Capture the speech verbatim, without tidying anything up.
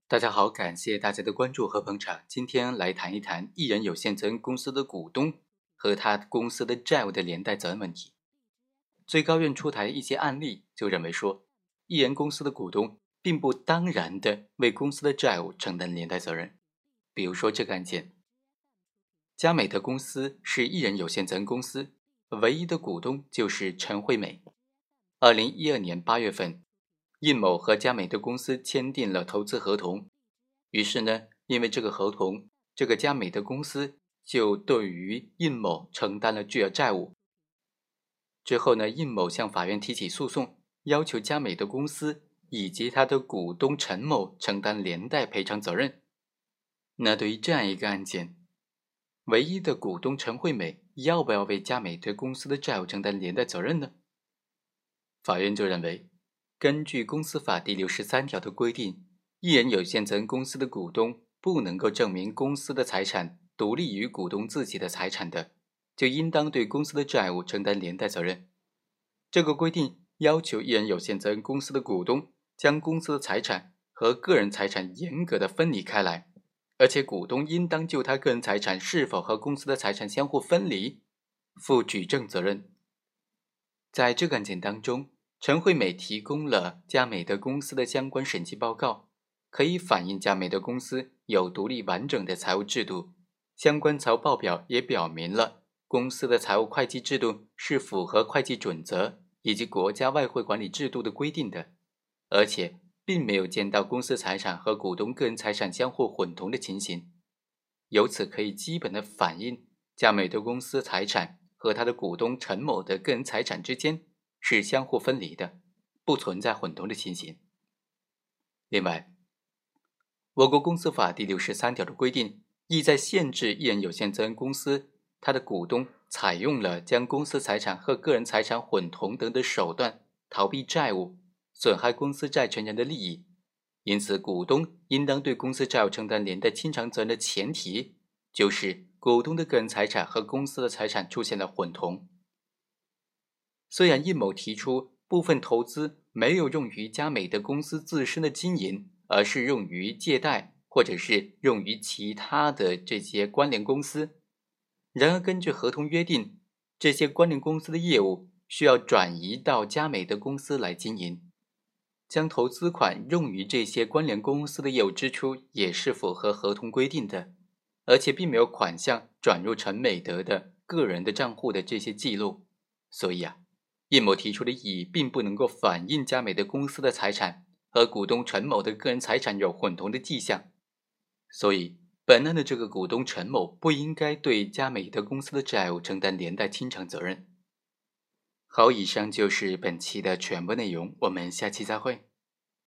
大家好，感谢大家的关注和捧场。今天来谈一谈艺人有限责任公司的股东和他公司的债务的连带责任问题。最高院出台一些案例，就认为说，艺人公司的股东并不当然的为公司的债务承担连带责任。比如说这个案件，佳美德公司是艺人有限责任公司，唯一的股东就是陈惠美。二零一二年八月份，印某和佳美德公司签订了投资合同，于是呢，因为这个合同，这个佳美德公司就对于印某承担了巨额债务。之后呢，印某向法院提起诉讼，要求佳美德公司以及他的股东陈某承担连带赔偿责任。那对于这样一个案件，唯一的股东陈惠美要不要为佳美德公司的债务承担连带责任呢？法院就认为，根据公司法第六十三条的规定，艺人有限责任公司的股东不能够证明公司的财产独立于股东自己的财产的，就应当对公司的债务承担连带责任。这个规定要求艺人有限责任公司的股东将公司的财产和个人财产严格的分离开来，而且股东应当就他个人财产是否和公司的财产相互分离负举证责任。在这个案件当中，陈惠美提供了佳美德公司的相关审计报告，可以反映佳美德公司有独立完整的财务制度，相关财务报表也表明了公司的财务会计制度是符合会计准则以及国家外汇管理制度的规定的，而且并没有见到公司财产和股东个人财产相互混同的情形，由此可以基本的反映佳美德公司财产和他的股东陈某的个人财产之间是相互分离的，不存在混同的情形。另外，我国公司法第六十三条的规定意在限制艺人有限责任公司他的股东采用了将公司财产和个人财产混同等的手段逃避债务，损害公司债权人的利益，因此股东应当对公司债务承担连带清偿责任的前提就是股东的个人财产和公司的财产出现了混同。虽然印某提出部分投资没有用于佳美德公司自身的经营，而是用于借贷或者是用于其他的这些关联公司，然而根据合同约定，这些关联公司的业务需要转移到佳美德公司来经营，将投资款用于这些关联公司的业务支出也是符合合同规定的，而且并没有款项转入陈美德的个人的账户的这些记录，所以啊，印某提出的异议并不能够反映佳美德公司的财产和股东陈某的个人财产有混同的迹象，所以本案的这个股东陈某不应该对佳美德公司的债务承担连带清偿责任。好，以上就是本期的全部内容，我们下期再会。